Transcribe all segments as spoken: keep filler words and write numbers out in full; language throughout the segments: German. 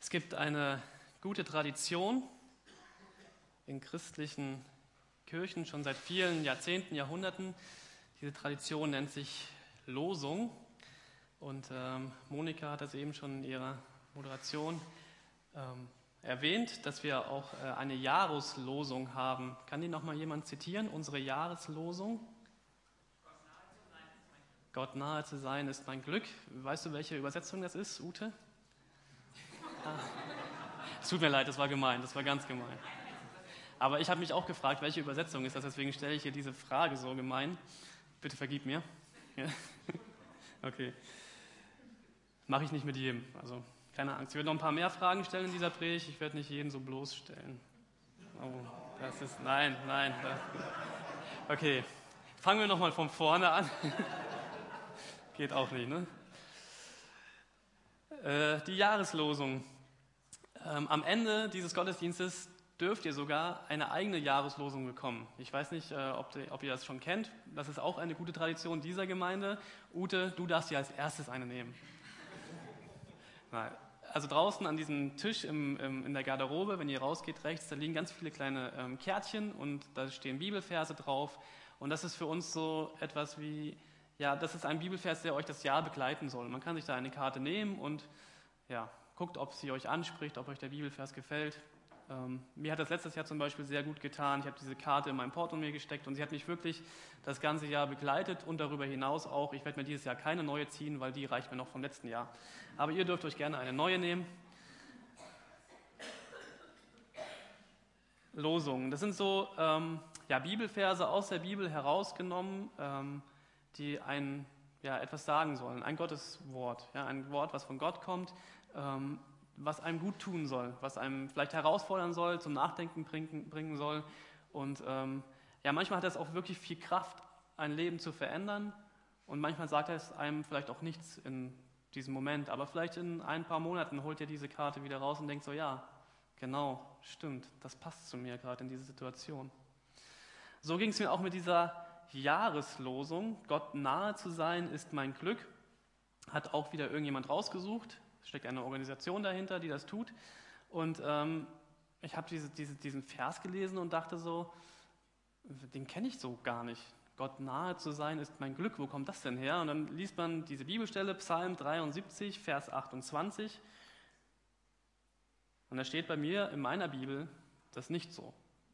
Es gibt eine gute Tradition in christlichen Kirchen schon seit vielen Jahrzehnten, Jahrhunderten. Diese Tradition nennt sich Losung. Und ähm, Monika hat das eben schon in ihrer Moderation ähm, erwähnt, dass wir auch äh, eine Jahreslosung haben. Kann die nochmal jemand zitieren, unsere Jahreslosung? Gott nahe zu sein ist mein Glück. Weißt du, welche Übersetzung das ist, Ute? Ah. Es tut mir leid, das war gemein, das war ganz gemein. Aber ich habe mich auch gefragt, welche Übersetzung ist das, deswegen stelle ich hier diese Frage so gemein. Bitte vergib mir. Ja. Okay. Mache ich nicht mit jedem, also keine Angst. Ich werde noch ein paar mehr Fragen stellen in dieser Predigt, ich werde nicht jeden so bloßstellen. Oh, das ist, nein, nein. Das, okay, fangen wir nochmal von vorne an. Geht auch nicht, ne? Äh, die Jahreslosung. Ähm, am Ende dieses Gottesdienstes dürft ihr sogar eine eigene Jahreslosung bekommen. Ich weiß nicht, äh, ob, die, ob ihr das schon kennt. Das ist auch eine gute Tradition dieser Gemeinde. Ute, du darfst dir als erstes eine nehmen. Nein. Also draußen an diesem Tisch im, im, in der Garderobe, wenn ihr rausgeht rechts, da liegen ganz viele kleine ähm, Kärtchen und da stehen Bibelverse drauf. Und das ist für uns so etwas wie, ja, das ist ein Bibelvers, der euch das Jahr begleiten soll. Man kann sich da eine Karte nehmen und ja, guckt, ob sie euch anspricht, ob euch der Bibelvers gefällt. Ähm, mir hat das letztes Jahr zum Beispiel sehr gut getan. Ich habe diese Karte in mein Portemonnaie gesteckt und sie hat mich wirklich das ganze Jahr begleitet und darüber hinaus auch. Ich werde mir dieses Jahr keine neue ziehen, weil die reicht mir noch vom letzten Jahr. Aber ihr dürft euch gerne eine neue nehmen. Losungen. Das sind so ähm, ja, Bibelverse aus der Bibel herausgenommen, ähm, die ein, ja, etwas sagen sollen. Ein Gotteswort, ja, ein Wort, was von Gott kommt, ähm, was einem gut tun soll, was einem vielleicht herausfordern soll, zum Nachdenken bringen, bringen soll. Und ähm, ja, manchmal hat das auch wirklich viel Kraft, ein Leben zu verändern. Und manchmal sagt es einem vielleicht auch nichts in diesem Moment. Aber vielleicht in ein paar Monaten holt ihr diese Karte wieder raus und denkt so, ja, genau, stimmt, das passt zu mir gerade in diese Situation. So ging es mir auch mit dieser Jahreslosung. Gott nahe zu sein ist mein Glück. Hat auch wieder irgendjemand rausgesucht. Es steckt eine Organisation dahinter, die das tut. Und ähm, ich habe diese, diese, diesen Vers gelesen und dachte so, den kenne ich so gar nicht. Gott nahe zu sein ist mein Glück. Wo kommt das denn her? Und dann liest man diese Bibelstelle, Psalm dreiundsiebzig, Vers achtundzwanzig. Und da steht bei mir in meiner Bibel das nicht so.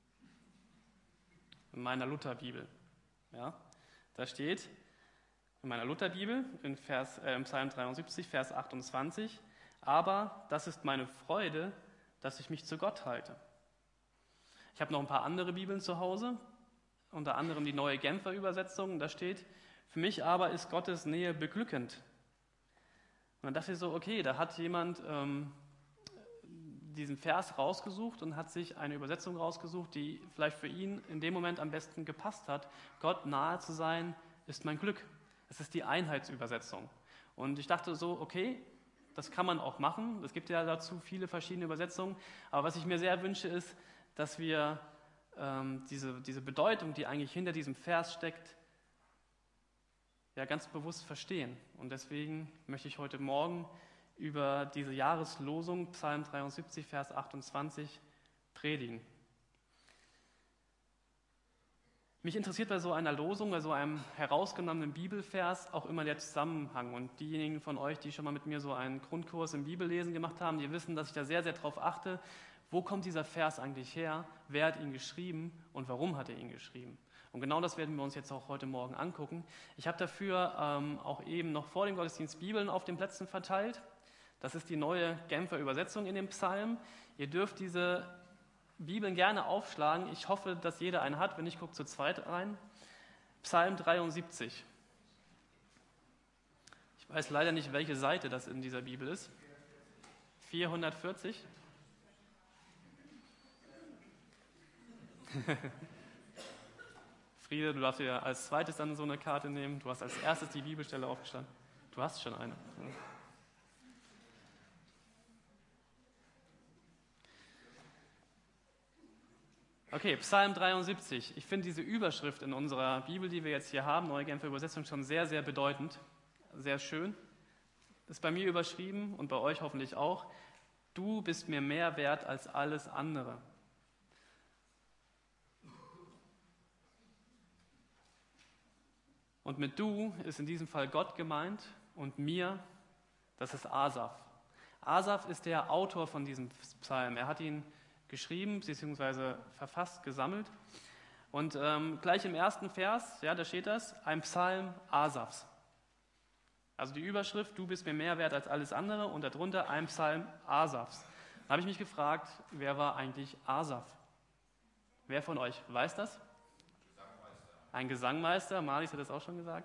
In meiner Lutherbibel. Ja, da steht in meiner Lutherbibel in Vers, äh, im Psalm dreiundsiebzig, Vers achtundzwanzig, aber das ist meine Freude, dass ich mich zu Gott halte. Ich habe noch ein paar andere Bibeln zu Hause, unter anderem die Neue Genfer Übersetzung, da steht, für mich aber ist Gottes Nähe beglückend. Und dann dachte ich so, okay, da hat jemand ähm, diesen Vers rausgesucht und hat sich eine Übersetzung rausgesucht, die vielleicht für ihn in dem Moment am besten gepasst hat. Gott nahe zu sein ist mein Glück. Es ist die Einheitsübersetzung. Und ich dachte so, okay, das kann man auch machen. Es gibt ja dazu viele verschiedene Übersetzungen. Aber was ich mir sehr wünsche, ist, dass wir ähm, diese, diese Bedeutung, die eigentlich hinter diesem Vers steckt, ja ganz bewusst verstehen. Und deswegen möchte ich heute Morgen über diese Jahreslosung, Psalm dreiundsiebzig, Vers achtundzwanzig, predigen. Mich interessiert bei so einer Losung, bei so einem herausgenommenen Bibelvers auch immer der Zusammenhang. Und diejenigen von euch, die schon mal mit mir so einen Grundkurs im Bibellesen gemacht haben, die wissen, dass ich da sehr, sehr drauf achte, wo kommt dieser Vers eigentlich her, wer hat ihn geschrieben und warum hat er ihn geschrieben. Und genau das werden wir uns jetzt auch heute Morgen angucken. Ich habe dafür ähm, auch eben noch vor dem Gottesdienst Bibeln auf den Plätzen verteilt. Das ist die neue Genfer Übersetzung in dem Psalm. Ihr dürft diese Bibeln gerne aufschlagen. Ich hoffe, dass jeder eine hat. Wenn nicht, guckt zu zweit rein. Psalm dreiundsiebzig. Ich weiß leider nicht, welche Seite das in dieser Bibel ist. vierhundertvierzig. Friede, du darfst dir als zweites dann so eine Karte nehmen. Du hast als erstes die Bibelstelle aufgeschlagen. Du hast schon eine. Okay, Psalm dreiundsiebzig. Ich finde diese Überschrift in unserer Bibel, die wir jetzt hier haben, Neue Genfer Übersetzung, schon sehr, sehr bedeutend, sehr schön. Ist bei mir überschrieben und bei euch hoffentlich auch. Du bist mir mehr wert als alles andere. Und mit du ist in diesem Fall Gott gemeint und mir, das ist Asaf. Asaf ist der Autor von diesem Psalm. Er hat ihn geschrieben bzw. verfasst, gesammelt. Und ähm, gleich im ersten Vers, ja, da steht das, ein Psalm Asafs. Also die Überschrift, du bist mir mehr wert als alles andere, und darunter ein Psalm Asafs. Da habe ich mich gefragt, wer war eigentlich Asaf? Wer von euch weiß das? Ein Gesangmeister, Marlies hat das auch schon gesagt.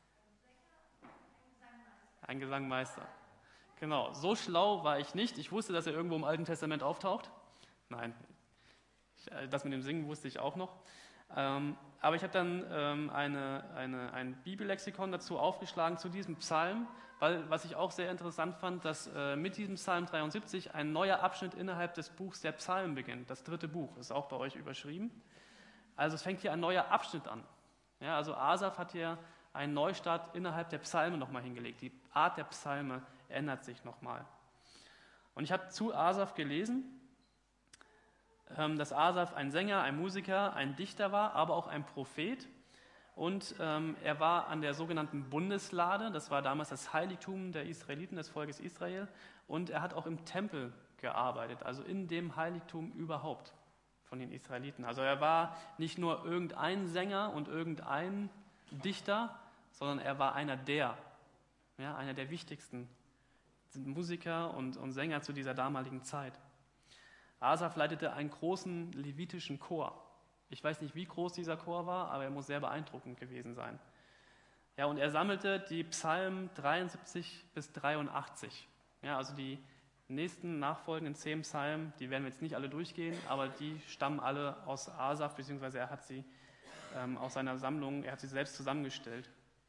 Ein Gesangmeister. Genau, so schlau war ich nicht. Ich wusste, dass er irgendwo im Alten Testament auftaucht. Nein, das mit dem Singen wusste ich auch noch. Ähm, aber ich habe dann ähm, eine, eine, ein Bibellexikon dazu aufgeschlagen zu diesem Psalm, weil, was ich auch sehr interessant fand, dass äh, mit diesem Psalm dreiundsiebzig ein neuer Abschnitt innerhalb des Buchs der Psalmen beginnt. Das dritte Buch ist auch bei euch überschrieben. Also es fängt hier ein neuer Abschnitt an. Ja, also Asaf hat hier einen Neustart innerhalb der Psalme nochmal hingelegt. Die Art der Psalme ändert sich nochmal. Und ich habe zu Asaf gelesen, dass Asaf ein Sänger, ein Musiker, ein Dichter war, aber auch ein Prophet. Und ähm, er war an der sogenannten Bundeslade, das war damals das Heiligtum der Israeliten, des Volkes Israel. Und er hat auch im Tempel gearbeitet, also in dem Heiligtum überhaupt von den Israeliten. Also er war nicht nur irgendein Sänger und irgendein Dichter, sondern er war einer der, ja, einer der wichtigsten Musiker und, und Sänger zu dieser damaligen Zeit. Asaf leitete einen großen levitischen Chor. Ich weiß nicht, wie groß dieser Chor war, aber er muss sehr beeindruckend gewesen sein. Ja, und er sammelte die Psalmen dreiundsiebzig bis dreiundachtzig. Ja, also die nächsten nachfolgenden zehn Psalmen, die werden wir jetzt nicht alle durchgehen, aber die stammen alle aus Asaf, beziehungsweise er hat sie ähm, aus seiner Sammlung, er hat sie selbst zusammengestellt.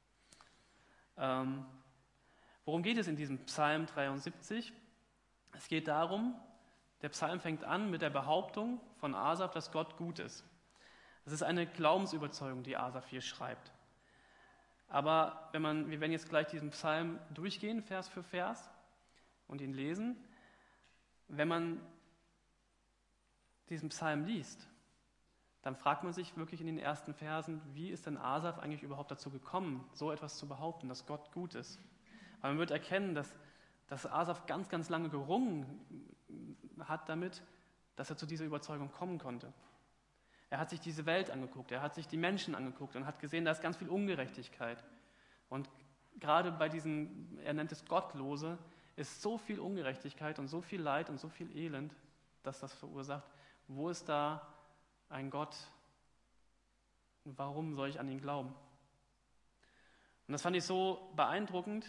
Ähm, worum geht es in diesem Psalm dreiundsiebzig? Es geht darum, der Psalm fängt an mit der Behauptung von Asaf, dass Gott gut ist. Das ist eine Glaubensüberzeugung, die Asaf hier schreibt. Aber wenn man, wir werden jetzt gleich diesen Psalm durchgehen, Vers für Vers, und ihn lesen. Wenn man diesen Psalm liest, dann fragt man sich wirklich in den ersten Versen, wie ist denn Asaf eigentlich überhaupt dazu gekommen, so etwas zu behaupten, dass Gott gut ist? Weil man wird erkennen, dass, dass Asaf ganz, ganz lange gerungen hat damit, dass er zu dieser Überzeugung kommen konnte. Er hat sich diese Welt angeguckt, er hat sich die Menschen angeguckt und hat gesehen, da ist ganz viel Ungerechtigkeit. Und gerade bei diesem, er nennt es Gottlose, ist so viel Ungerechtigkeit und so viel Leid und so viel Elend, dass das verursacht. Wo ist da ein Gott? Warum soll ich an ihn glauben? Und das fand ich so beeindruckend,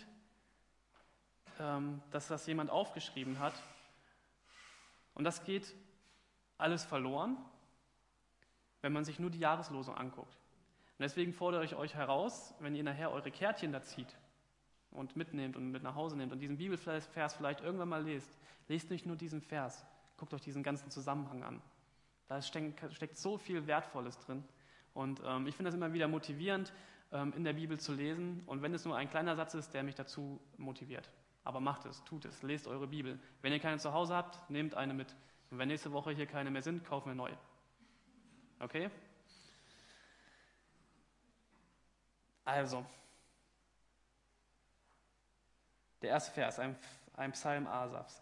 dass das jemand aufgeschrieben hat. Und das geht alles verloren, wenn man sich nur die Jahreslosung anguckt. Und deswegen fordere ich euch heraus, wenn ihr nachher eure Kärtchen da zieht und mitnehmt und mit nach Hause nehmt und diesen Bibelvers vielleicht irgendwann mal lest, lest nicht nur diesen Vers, guckt euch diesen ganzen Zusammenhang an. Da steckt, steckt so viel Wertvolles drin. Und ähm, ich finde das immer wieder motivierend, ähm, in der Bibel zu lesen. Und wenn es nur ein kleiner Satz ist, der mich dazu motiviert. Aber macht es, tut es, lest eure Bibel. Wenn ihr keine zu Hause habt, nehmt eine mit. Und wenn nächste Woche hier keine mehr sind, kaufen wir neue. Okay? Also, der erste Vers, ein, ein Psalm Asafs.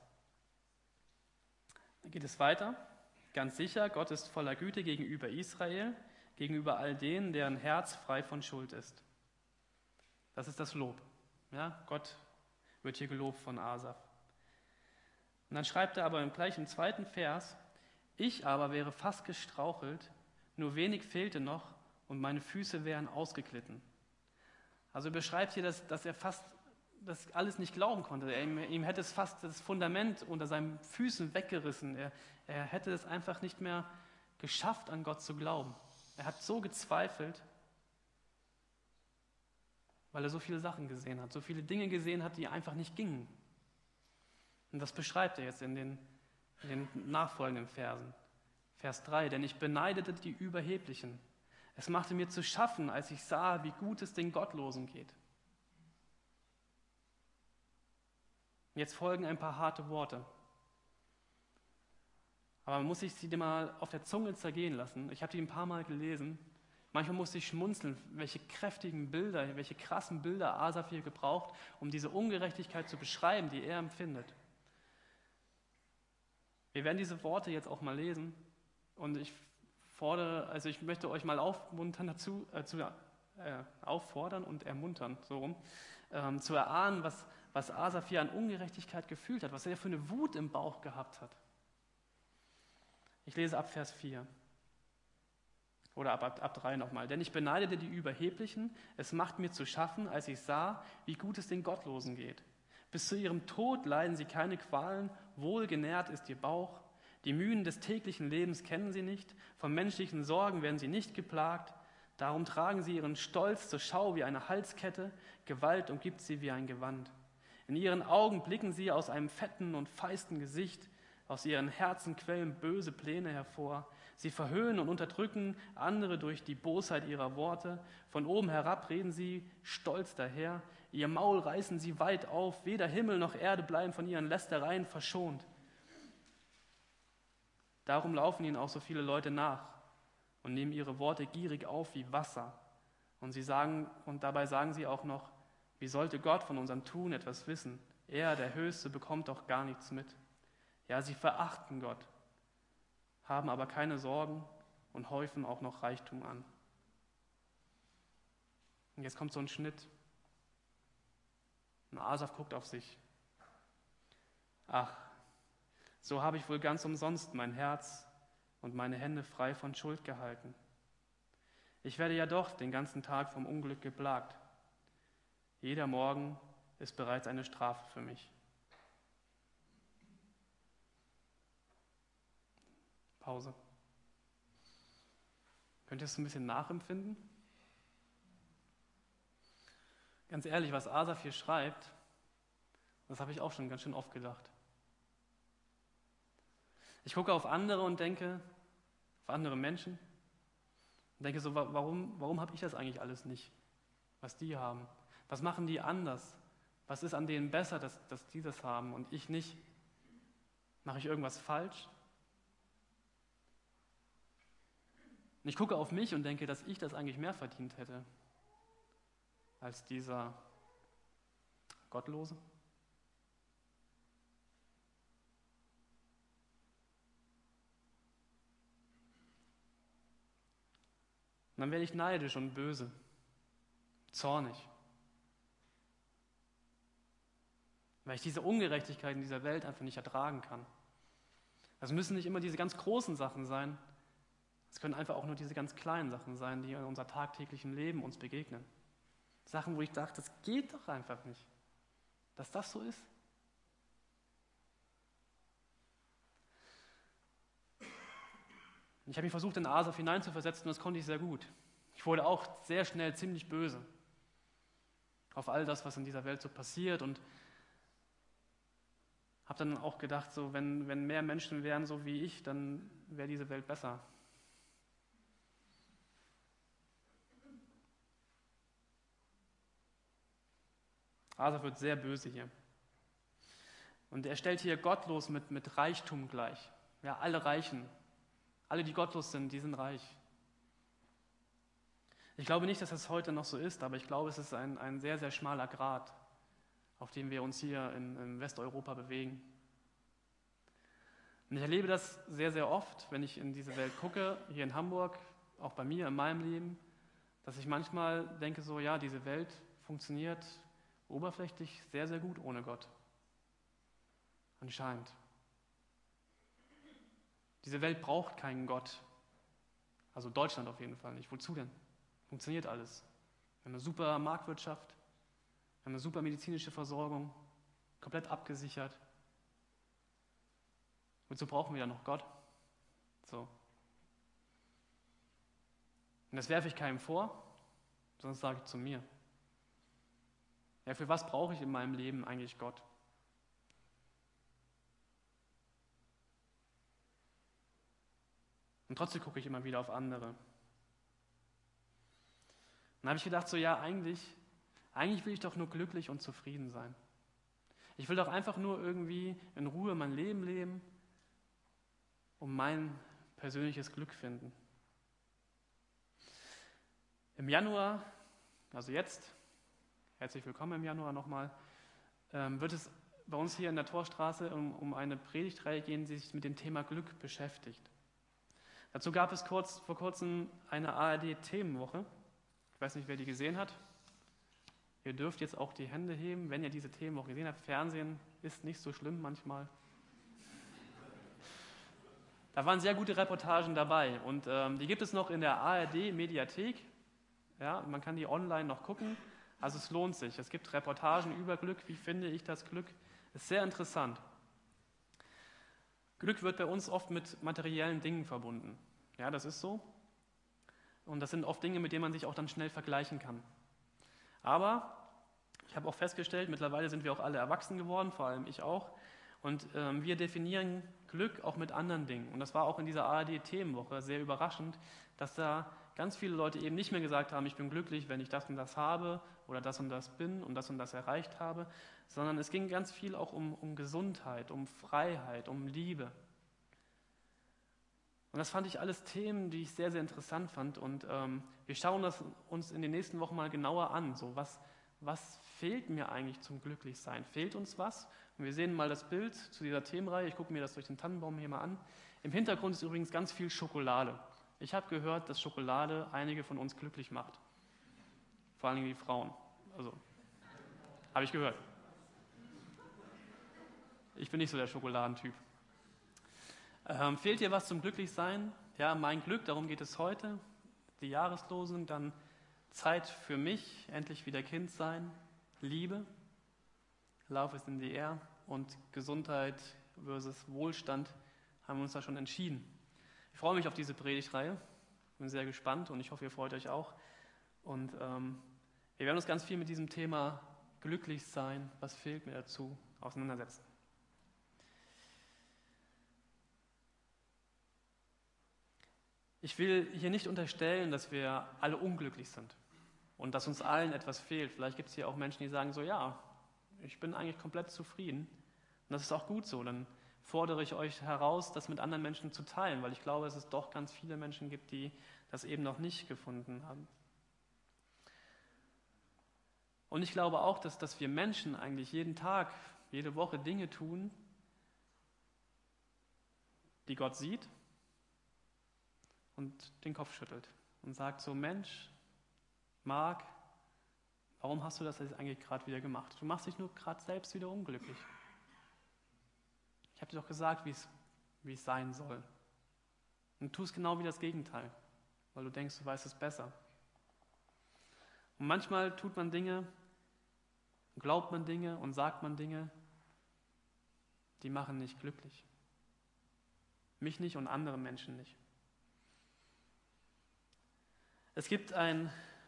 Dann geht es weiter. Ganz sicher, Gott ist voller Güte gegenüber Israel, gegenüber all denen, deren Herz frei von Schuld ist. Das ist das Lob. Ja, Gott wird hier gelobt von Asaf. Und dann schreibt er aber im gleichen zweiten Vers, ich aber wäre fast gestrauchelt, nur wenig fehlte noch und meine Füße wären ausgeglitten. Also er beschreibt hier, dass, dass er fast das alles nicht glauben konnte. Er, ihm, ihm hätte es fast das Fundament unter seinen Füßen weggerissen. Er, er hätte es einfach nicht mehr geschafft, an Gott zu glauben. Er hat so gezweifelt, weil er so viele Sachen gesehen hat, so viele Dinge gesehen hat, die einfach nicht gingen. Und das beschreibt er jetzt in den, in den nachfolgenden Versen. Vers drei, denn ich beneidete die Überheblichen. Es machte mir zu schaffen, als ich sah, wie gut es den Gottlosen geht. Jetzt folgen ein paar harte Worte. Aber man muss sich sie mal auf der Zunge zergehen lassen. Ich habe die ein paar Mal gelesen. Manchmal musste ich schmunzeln, welche kräftigen Bilder, welche krassen Bilder Asaf hier gebraucht, um diese Ungerechtigkeit zu beschreiben, die er empfindet. Wir werden diese Worte jetzt auch mal lesen und ich fordere, also ich möchte euch mal aufmuntern dazu, äh, zu, äh, auffordern und ermuntern, so rum, ähm, zu erahnen, was, was Asaf hier an Ungerechtigkeit gefühlt hat, was er für eine Wut im Bauch gehabt hat. Ich lese ab Vers vier. Oder ab, ab, ab drei nochmal. Denn ich beneidete die Überheblichen, es macht mir zu schaffen, als ich sah, wie gut es den Gottlosen geht. Bis zu ihrem Tod leiden sie keine Qualen, wohlgenährt ist ihr Bauch. Die Mühen des täglichen Lebens kennen sie nicht, von menschlichen Sorgen werden sie nicht geplagt. Darum tragen sie ihren Stolz zur Schau wie eine Halskette, Gewalt umgibt sie wie ein Gewand. In ihren Augen blicken sie aus einem fetten und feisten Gesicht, aus ihren Herzen quellen böse Pläne hervor. Sie verhöhnen und unterdrücken andere durch die Bosheit ihrer Worte. Von oben herab reden sie stolz daher. Ihr Maul reißen sie weit auf. Weder Himmel noch Erde bleiben von ihren Lästereien verschont. Darum laufen ihnen auch so viele Leute nach und nehmen ihre Worte gierig auf wie Wasser. Und sie sagen, und dabei sagen sie auch noch, wie sollte Gott von unserem Tun etwas wissen? Er, der Höchste, bekommt doch gar nichts mit. Ja, sie verachten Gott, haben aber keine Sorgen und häufen auch noch Reichtum an. Und jetzt kommt so ein Schnitt. Und Asaf guckt auf sich. Ach, so habe ich wohl ganz umsonst mein Herz und meine Hände frei von Schuld gehalten. Ich werde ja doch den ganzen Tag vom Unglück geplagt. Jeder Morgen ist bereits eine Strafe für mich. Pause. Könnt ihr es ein bisschen nachempfinden? Ganz ehrlich, was Asaf hier schreibt, das habe ich auch schon ganz schön oft gedacht. Ich gucke auf andere und denke, auf andere Menschen und denke so, warum, warum habe ich das eigentlich alles nicht, was die haben? Was machen die anders? Was ist an denen besser, dass, dass die das haben und ich nicht? Mache ich irgendwas falsch? Und ich gucke auf mich und denke, dass ich das eigentlich mehr verdient hätte als dieser Gottlose. Und dann werde ich neidisch und böse, zornig, weil ich diese Ungerechtigkeit in dieser Welt einfach nicht ertragen kann. Das müssen nicht immer diese ganz großen Sachen sein, es können einfach auch nur diese ganz kleinen Sachen sein, die in unser tagtäglichen Leben uns begegnen. Sachen, wo ich dachte, das geht doch einfach nicht, dass das so ist. Ich habe mich versucht, in Asaf hineinzuversetzen und das konnte ich sehr gut. Ich wurde auch sehr schnell ziemlich böse auf all das, was in dieser Welt so passiert und habe dann auch gedacht, so, wenn, wenn mehr Menschen wären so wie ich, dann wäre diese Welt besser. Asaf wird sehr böse hier. Und er stellt hier gottlos mit, mit Reichtum gleich. Ja, alle Reichen, alle, die gottlos sind, die sind reich. Ich glaube nicht, dass das heute noch so ist, aber ich glaube, es ist ein, ein sehr, sehr schmaler Grat, auf dem wir uns hier in, in Westeuropa bewegen. Und ich erlebe das sehr, sehr oft, wenn ich in diese Welt gucke, hier in Hamburg, auch bei mir, in meinem Leben, dass ich manchmal denke so, ja, diese Welt funktioniert oberflächlich sehr, sehr gut ohne Gott. Anscheinend. Diese Welt braucht keinen Gott. Also Deutschland auf jeden Fall nicht. Wozu denn? Funktioniert alles. Wir haben eine super Marktwirtschaft, wir haben eine super medizinische Versorgung, komplett abgesichert. Wozu brauchen wir ja noch Gott? So. Und das werfe ich keinem vor, sondern das sage ich zu mir. Ja, für was brauche ich in meinem Leben eigentlich Gott? Und trotzdem gucke ich immer wieder auf andere. Und dann habe ich gedacht, so ja, eigentlich, eigentlich will ich doch nur glücklich und zufrieden sein. Ich will doch einfach nur irgendwie in Ruhe mein Leben leben um mein persönliches Glück finden. Im Januar, also jetzt, herzlich willkommen im Januar nochmal, ähm, wird es bei uns hier in der Torstraße um, um eine Predigtreihe gehen, die sich mit dem Thema Glück beschäftigt. Dazu gab es kurz, vor kurzem eine A R D-Themenwoche. Ich weiß nicht, wer die gesehen hat. Ihr dürft jetzt auch die Hände heben, wenn ihr diese Themenwoche gesehen habt. Fernsehen ist nicht so schlimm manchmal. Da waren sehr gute Reportagen dabei und ähm, die gibt es noch in der A R D-Mediathek. Ja, man kann die online noch gucken. Also es lohnt sich. Es gibt Reportagen über Glück. Wie finde ich das Glück? Ist sehr interessant. Glück wird bei uns oft mit materiellen Dingen verbunden. Ja, das ist so. Und das sind oft Dinge, mit denen man sich auch dann schnell vergleichen kann. Aber ich habe auch festgestellt, mittlerweile sind wir auch alle erwachsen geworden, vor allem ich auch. Und ähm, wir definieren Glück auch mit anderen Dingen. Und das war auch in dieser A R D-Themenwoche sehr überraschend, dass da ganz viele Leute eben nicht mehr gesagt haben, ich bin glücklich, wenn ich das und das habe oder das und das bin und das und das erreicht habe, sondern es ging ganz viel auch um, um Gesundheit, um Freiheit, um Liebe. Und das fand ich alles Themen, die ich sehr, sehr interessant fand. Und ähm, wir schauen das uns in den nächsten Wochen mal genauer an. So, was, was fehlt mir eigentlich zum Glücklichsein? Fehlt uns was? Und wir sehen mal das Bild zu dieser Themenreihe. Ich gucke mir das durch den Tannenbaum hier mal an. Im Hintergrund ist übrigens ganz viel Schokolade. Ich habe gehört, dass Schokolade einige von uns glücklich macht. Vor allem die Frauen. Also, habe ich gehört. Ich bin nicht so der Schokoladentyp. Ähm, fehlt dir was zum Glücklichsein? Ja, mein Glück, darum geht es heute. Die Jahreslosung, dann Zeit für mich, endlich wieder Kind sein, Liebe, Love is in the air und Gesundheit versus Wohlstand haben wir uns da schon entschieden. Ich freue mich auf diese Predigtreihe, bin sehr gespannt und ich hoffe, ihr freut euch auch. Und ähm, wir werden uns ganz viel mit diesem Thema glücklich sein, was fehlt mir dazu, auseinandersetzen. Ich will hier nicht unterstellen, dass wir alle unglücklich sind und dass uns allen etwas fehlt. Vielleicht gibt es hier auch Menschen, die sagen so, ja, ich bin eigentlich komplett zufrieden. Und das ist auch gut so. Dann fordere ich euch heraus, das mit anderen Menschen zu teilen, weil ich glaube, dass es doch ganz viele Menschen gibt, die das eben noch nicht gefunden haben. Und ich glaube auch, dass, dass wir Menschen eigentlich jeden Tag, jede Woche Dinge tun, die Gott sieht und den Kopf schüttelt und sagt so, Mensch, Marc, warum hast du das jetzt eigentlich gerade wieder gemacht? Du machst dich nur gerade selbst wieder unglücklich. Ich habe dir doch gesagt, wie es wie es sein soll. Und du tust genau wie das Gegenteil, weil du denkst, du weißt es besser. Und manchmal tut man Dinge, glaubt man Dinge und sagt man Dinge, die machen nicht glücklich. Mich nicht und andere Menschen nicht. Es gibt ein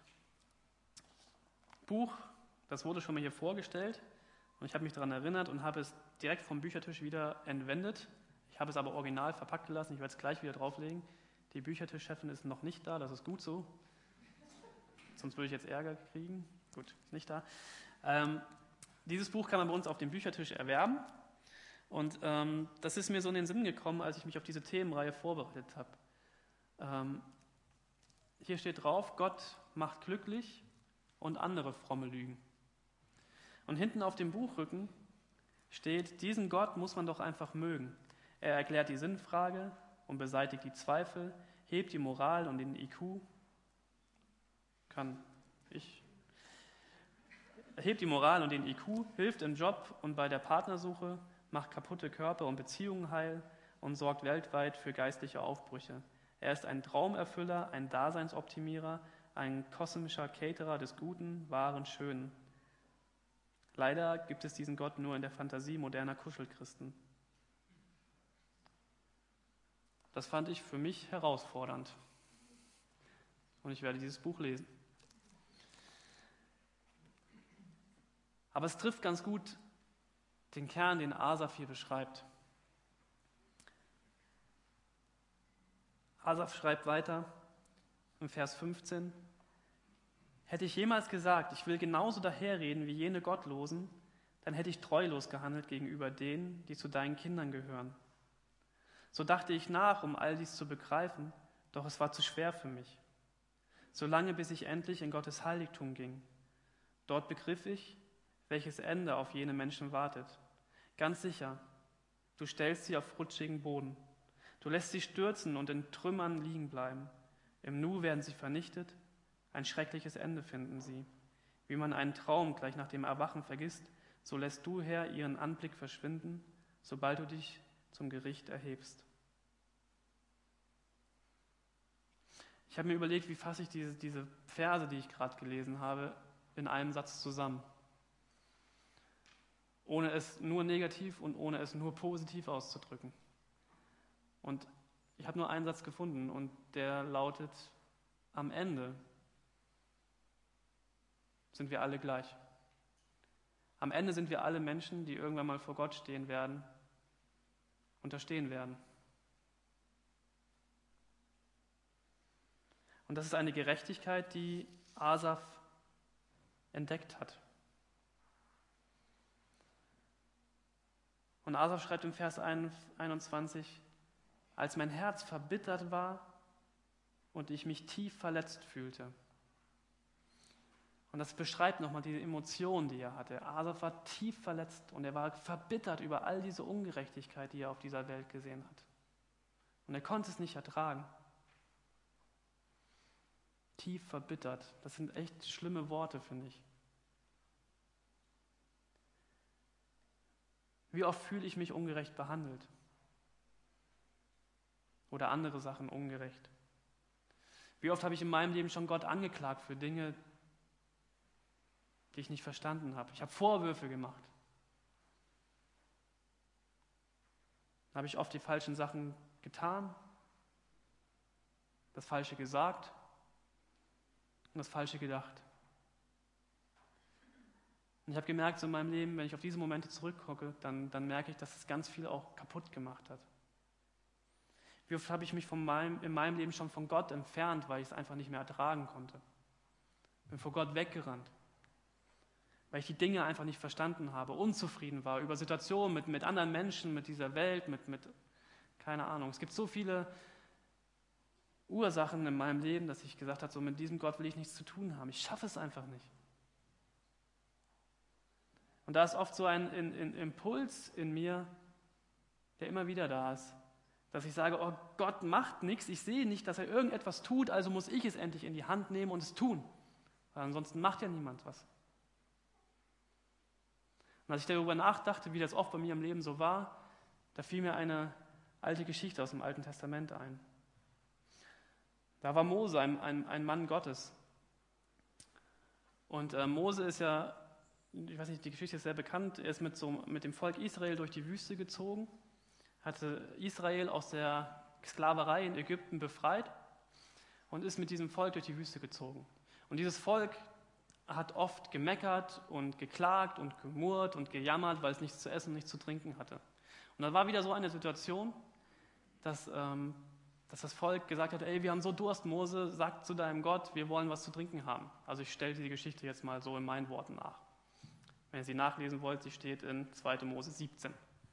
Buch, das wurde schon mal hier vorgestellt und ich habe mich daran erinnert und habe es direkt vom Büchertisch wieder entwendet. Ich habe es aber original verpackt gelassen, ich werde es gleich wieder drauflegen. Die Büchertischchefin ist noch nicht da, das ist gut so. Sonst würde ich jetzt Ärger kriegen. Gut, ist nicht da. Ähm, dieses Buch kann man bei uns auf dem Büchertisch erwerben und ähm, das ist mir so in den Sinn gekommen, als ich mich auf diese Themenreihe vorbereitet habe. Ähm, Hier steht drauf, Gott macht glücklich und andere fromme Lügen. Und hinten auf dem Buchrücken steht, diesen Gott muss man doch einfach mögen. Er erklärt die Sinnfrage und beseitigt die Zweifel, hebt die Moral und den I Q. Kann ich. Er hebt die Moral und den I Q, hilft im Job und bei der Partnersuche, macht kaputte Körper und Beziehungen heil und sorgt weltweit für geistliche Aufbrüche. Er ist ein Traumerfüller, ein Daseinsoptimierer, ein kosmischer Caterer des Guten, Wahren, Schönen. Leider gibt es diesen Gott nur in der Fantasie moderner Kuschelchristen. Das fand ich für mich herausfordernd. Und ich werde dieses Buch lesen. Aber es trifft ganz gut den Kern, den Asaf hier beschreibt. Asaf schreibt weiter im Vers fünfzehn, hätte ich jemals gesagt, ich will genauso daherreden wie jene Gottlosen, dann hätte ich treulos gehandelt gegenüber denen, die zu deinen Kindern gehören. So dachte ich nach, um all dies zu begreifen, doch es war zu schwer für mich. Solange bis ich endlich in Gottes Heiligtum ging. Dort begriff ich, welches Ende auf jene Menschen wartet. Ganz sicher, du stellst sie auf rutschigen Boden. Du lässt sie stürzen und in Trümmern liegen bleiben. Im Nu werden sie vernichtet, ein schreckliches Ende finden sie. Wie man einen Traum gleich nach dem Erwachen vergisst, so lässt du, Herr, ihren Anblick verschwinden, sobald du dich zum Gericht erhebst. Ich habe mir überlegt, wie fasse ich diese, diese Verse, die ich gerade gelesen habe, in einem Satz zusammen. Ohne es nur negativ und ohne es nur positiv auszudrücken. Und ich habe nur einen Satz gefunden und der lautet: Am Ende sind wir alle gleich. Am Ende sind wir alle Menschen, die irgendwann mal vor Gott stehen werden und da stehen werden. Und das ist eine Gerechtigkeit, die Asaf entdeckt hat. Und Asaf schreibt im Vers einundzwanzig: Als mein Herz verbittert war und ich mich tief verletzt fühlte. Und das beschreibt nochmal die Emotionen, die er hatte. Asaf war tief verletzt und er war verbittert über all diese Ungerechtigkeit, die er auf dieser Welt gesehen hat. Und er konnte es nicht ertragen. Tief verbittert, das sind echt schlimme Worte, finde ich. Wie oft fühle ich mich ungerecht behandelt? Oder andere Sachen ungerecht? Wie oft habe ich in meinem Leben schon Gott angeklagt für Dinge, die ich nicht verstanden habe? Ich habe Vorwürfe gemacht. Da habe ich oft die falschen Sachen getan, das Falsche gesagt und das Falsche gedacht. Und ich habe gemerkt, so in meinem Leben, wenn ich auf diese Momente zurückgucke, dann, dann merke ich, dass es ganz viel auch kaputt gemacht hat. Wie oft habe ich mich von meinem, in meinem Leben schon von Gott entfernt, weil ich es einfach nicht mehr ertragen konnte. Bin vor Gott weggerannt, weil ich die Dinge einfach nicht verstanden habe, unzufrieden war über Situationen mit, mit anderen Menschen, mit dieser Welt, mit, mit, keine Ahnung. Es gibt so viele Ursachen in meinem Leben, dass ich gesagt habe, so mit diesem Gott will ich nichts zu tun haben. Ich schaffe es einfach nicht. Und da ist oft so ein, ein, ein Impuls in mir, der immer wieder da ist, dass ich sage, oh, Gott macht nichts, ich sehe nicht, dass er irgendetwas tut, also muss ich es endlich in die Hand nehmen und es tun. Weil ansonsten macht ja niemand was. Und als ich darüber nachdachte, wie das oft bei mir im Leben so war, da fiel mir eine alte Geschichte aus dem Alten Testament ein. Da war Mose, ein, ein, ein Mann Gottes. Und äh, Mose ist ja, ich weiß nicht, die Geschichte ist sehr bekannt, er ist mit, so, mit dem Volk Israel durch die Wüste gezogen, hatte Israel aus der Sklaverei in Ägypten befreit und ist mit diesem Volk durch die Wüste gezogen. Und dieses Volk hat oft gemeckert und geklagt und gemurrt und gejammert, weil es nichts zu essen und nichts zu trinken hatte. Und dann war wieder so eine Situation, dass, ähm, dass das Volk gesagt hat, ey, wir haben so Durst, Mose, sag zu deinem Gott, wir wollen was zu trinken haben. Also ich stelle die Geschichte jetzt mal so in meinen Worten nach. Wenn ihr sie nachlesen wollt, sie steht in zweiter Mose siebzehn.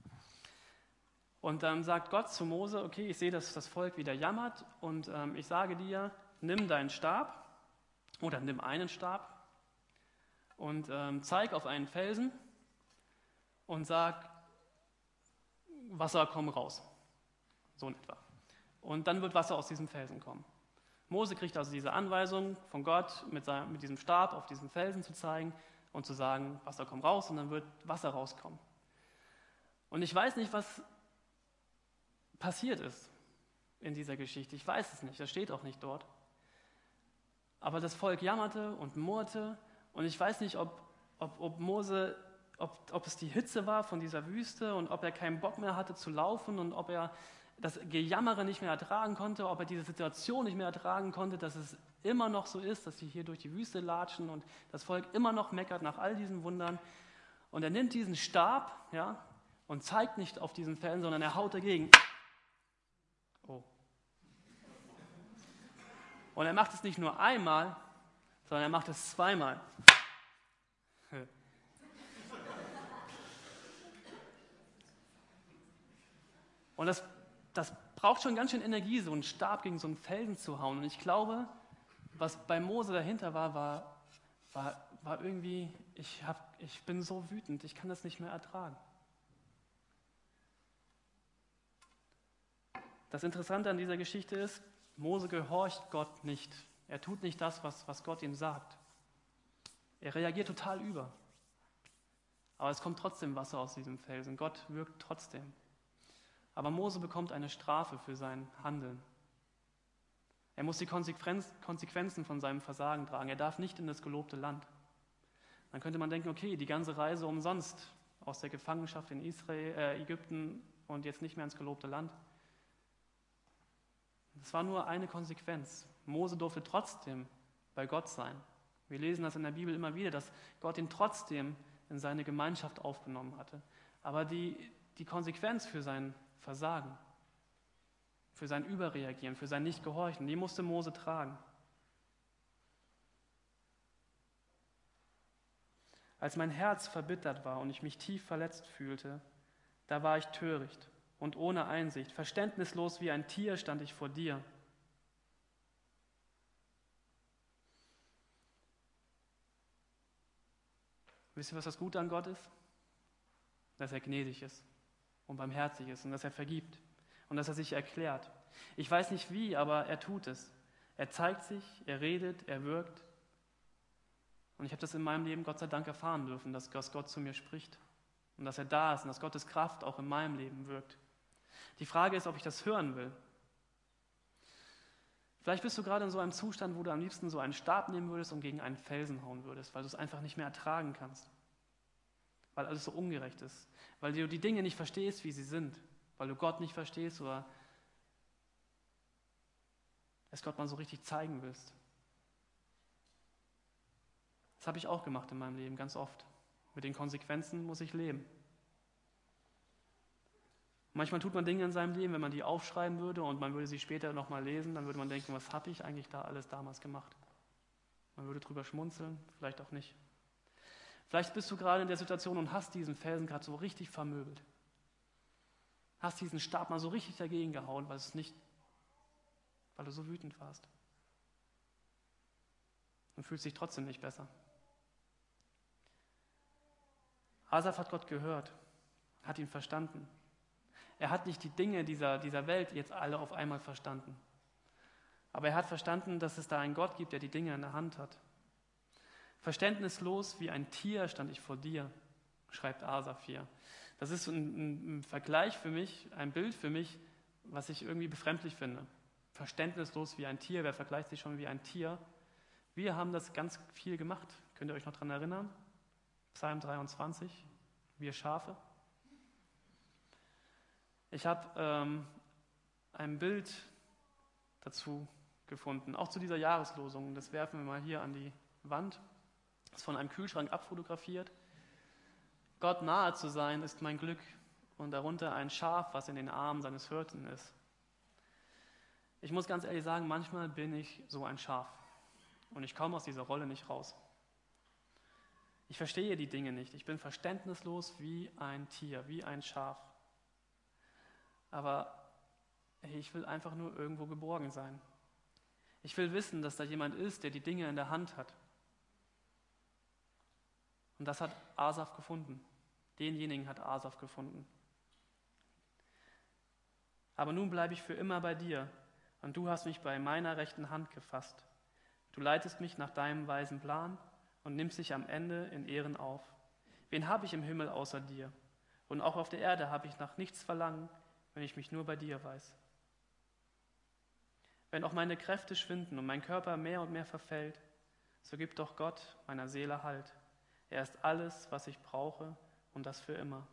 Und dann sagt Gott zu Mose, okay, ich sehe, dass das Volk wieder jammert und ähm, ich sage dir, nimm deinen Stab oder nimm einen Stab und ähm, zeig auf einen Felsen und sag, Wasser, komm raus. So in etwa. Und dann wird Wasser aus diesem Felsen kommen. Mose kriegt also diese Anweisung von Gott, mit, seinem, mit diesem Stab auf diesen Felsen zu zeigen und zu sagen, Wasser, komm raus, und dann wird Wasser rauskommen. Und ich weiß nicht, was passiert ist in dieser Geschichte. Ich weiß es nicht, das steht auch nicht dort. Aber das Volk jammerte und murrte und ich weiß nicht, ob, ob, ob Mose, ob, ob es die Hitze war von dieser Wüste und ob er keinen Bock mehr hatte zu laufen und ob er das Gejammere nicht mehr ertragen konnte, ob er diese Situation nicht mehr ertragen konnte, dass es immer noch so ist, dass sie hier durch die Wüste latschen und das Volk immer noch meckert nach all diesen Wundern. Und er nimmt diesen Stab, ja, und zeigt nicht auf diesen Felsen, sondern er haut dagegen. Oh. Und er macht es nicht nur einmal, sondern er macht es zweimal. Und das das braucht schon ganz schön Energie, so einen Stab gegen so einen Felsen zu hauen. Und ich glaube, was bei Mose dahinter war, war, war, war irgendwie, ich, hab, ich bin so wütend, ich kann das nicht mehr ertragen. Das Interessante an dieser Geschichte ist, Mose gehorcht Gott nicht. Er tut nicht das, was, was Gott ihm sagt. Er reagiert total über. Aber es kommt trotzdem Wasser aus diesem Felsen. Gott wirkt trotzdem. Aber Mose bekommt eine Strafe für sein Handeln. Er muss die Konsequenz, Konsequenzen von seinem Versagen tragen. Er darf nicht in das gelobte Land. Dann könnte man denken, okay, die ganze Reise umsonst aus der Gefangenschaft in Israel, äh, Ägypten und jetzt nicht mehr ins gelobte Land. Das war nur eine Konsequenz. Mose durfte trotzdem bei Gott sein. Wir lesen das in der Bibel immer wieder, dass Gott ihn trotzdem in seine Gemeinschaft aufgenommen hatte. Aber die, die Konsequenz für sein Versagen, für sein Überreagieren, für sein Nichtgehorchen, die musste Mose tragen. Als mein Herz verbittert war und ich mich tief verletzt fühlte, da war ich töricht und ohne Einsicht, verständnislos wie ein Tier stand ich vor dir. Wisst ihr, was das Gute an Gott ist? Dass er gnädig ist und barmherzig ist und dass er vergibt und dass er sich erklärt. Ich weiß nicht wie, aber er tut es. Er zeigt sich, er redet, er wirkt. Und ich habe das in meinem Leben Gott sei Dank erfahren dürfen, dass Gott zu mir spricht und dass er da ist und dass Gottes Kraft auch in meinem Leben wirkt. Die Frage ist, ob ich das hören will. Vielleicht bist du gerade in so einem Zustand, wo du am liebsten so einen Stab nehmen würdest und gegen einen Felsen hauen würdest, weil du es einfach nicht mehr ertragen kannst. Weil alles so ungerecht ist. Weil du die Dinge nicht verstehst, wie sie sind. Weil du Gott nicht verstehst oder es Gott mal so richtig zeigen willst. Das habe ich auch gemacht in meinem Leben, ganz oft. Mit den Konsequenzen muss ich leben. Manchmal tut man Dinge in seinem Leben, wenn man die aufschreiben würde und man würde sie später nochmal lesen, dann würde man denken, was habe ich eigentlich da alles damals gemacht? Man würde drüber schmunzeln, vielleicht auch nicht. Vielleicht bist du gerade in der Situation und hast diesen Felsen gerade so richtig vermöbelt. Hast diesen Stab mal so richtig dagegen gehauen, weil es nicht, weil du so wütend warst. Und fühlst dich trotzdem nicht besser. Asaf hat Gott gehört, hat ihn verstanden. Er hat nicht die Dinge dieser, dieser Welt jetzt alle auf einmal verstanden. Aber er hat verstanden, dass es da einen Gott gibt, der die Dinge in der Hand hat. Verständnislos wie ein Tier stand ich vor dir, schreibt Asaf hier. Das ist ein, ein Vergleich für mich, ein Bild für mich, was ich irgendwie befremdlich finde. Verständnislos wie ein Tier, wer vergleicht sich schon wie ein Tier? Wir haben das ganz viel gemacht. Könnt ihr euch noch daran erinnern? Psalm dreiundzwanzig, wir Schafe. Ich habe ähm, ein Bild dazu gefunden, auch zu dieser Jahreslosung. Das werfen wir mal hier an die Wand. Das ist von einem Kühlschrank abfotografiert. Gott nahe zu sein ist mein Glück und darunter ein Schaf, was in den Armen seines Hirten ist. Ich muss ganz ehrlich sagen, manchmal bin ich so ein Schaf und ich komme aus dieser Rolle nicht raus. Ich verstehe die Dinge nicht. Ich bin verständnislos wie ein Tier, wie ein Schaf. Aber hey, ich will einfach nur irgendwo geborgen sein. Ich will wissen, dass da jemand ist, der die Dinge in der Hand hat. Und das hat Asaf gefunden. Denjenigen hat Asaf gefunden. Aber nun bleibe ich für immer bei dir und du hast mich bei meiner rechten Hand gefasst. Du leitest mich nach deinem weisen Plan und nimmst dich am Ende in Ehren auf. Wen habe ich im Himmel außer dir? Und auch auf der Erde habe ich nach nichts verlangen, wenn ich mich nur bei dir weiß. Wenn auch meine Kräfte schwinden und mein Körper mehr und mehr verfällt, so gibt doch Gott meiner Seele Halt. Er ist alles, was ich brauche und das für immer.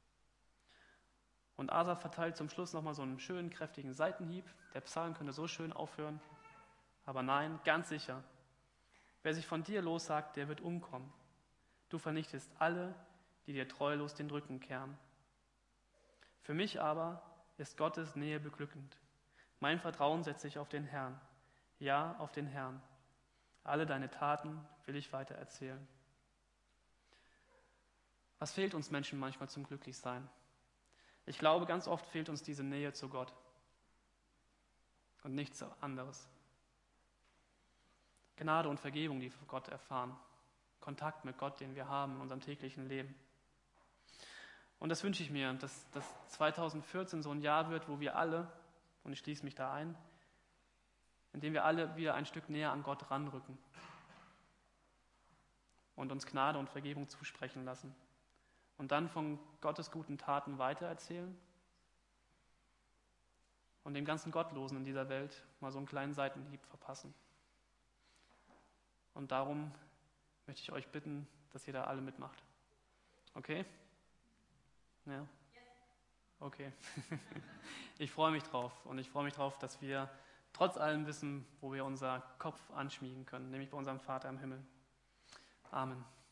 Und Asaf verteilt zum Schluss nochmal so einen schönen, kräftigen Seitenhieb. Der Psalm könnte so schön aufhören. Aber nein, ganz sicher. Wer sich von dir lossagt, der wird umkommen. Du vernichtest alle, die dir treulos den Rücken kehren. Für mich aber ist Gottes Nähe beglückend. Mein Vertrauen setze ich auf den Herrn. Ja, auf den Herrn. Alle deine Taten will ich weiter erzählen. Was fehlt uns Menschen manchmal zum Glücklichsein? Ich glaube, ganz oft fehlt uns diese Nähe zu Gott. und nichts anderes. Gnade und Vergebung, die wir von Gott erfahren. Kontakt mit Gott, den wir haben in unserem täglichen Leben. Und das wünsche ich mir, dass, dass zweitausendvierzehn so ein Jahr wird, wo wir alle, und ich schließe mich da ein, in dem wir alle wieder ein Stück näher an Gott ranrücken und uns Gnade und Vergebung zusprechen lassen und dann von Gottes guten Taten weitererzählen und dem ganzen Gottlosen in dieser Welt mal so einen kleinen Seitenhieb verpassen. Und darum möchte ich euch bitten, dass ihr da alle mitmacht. Okay? Ja? Okay. Ich freue mich drauf und ich freue mich drauf, dass wir trotz allem wissen, wo wir unser Kopf anschmiegen können, nämlich bei unserem Vater im Himmel. Amen.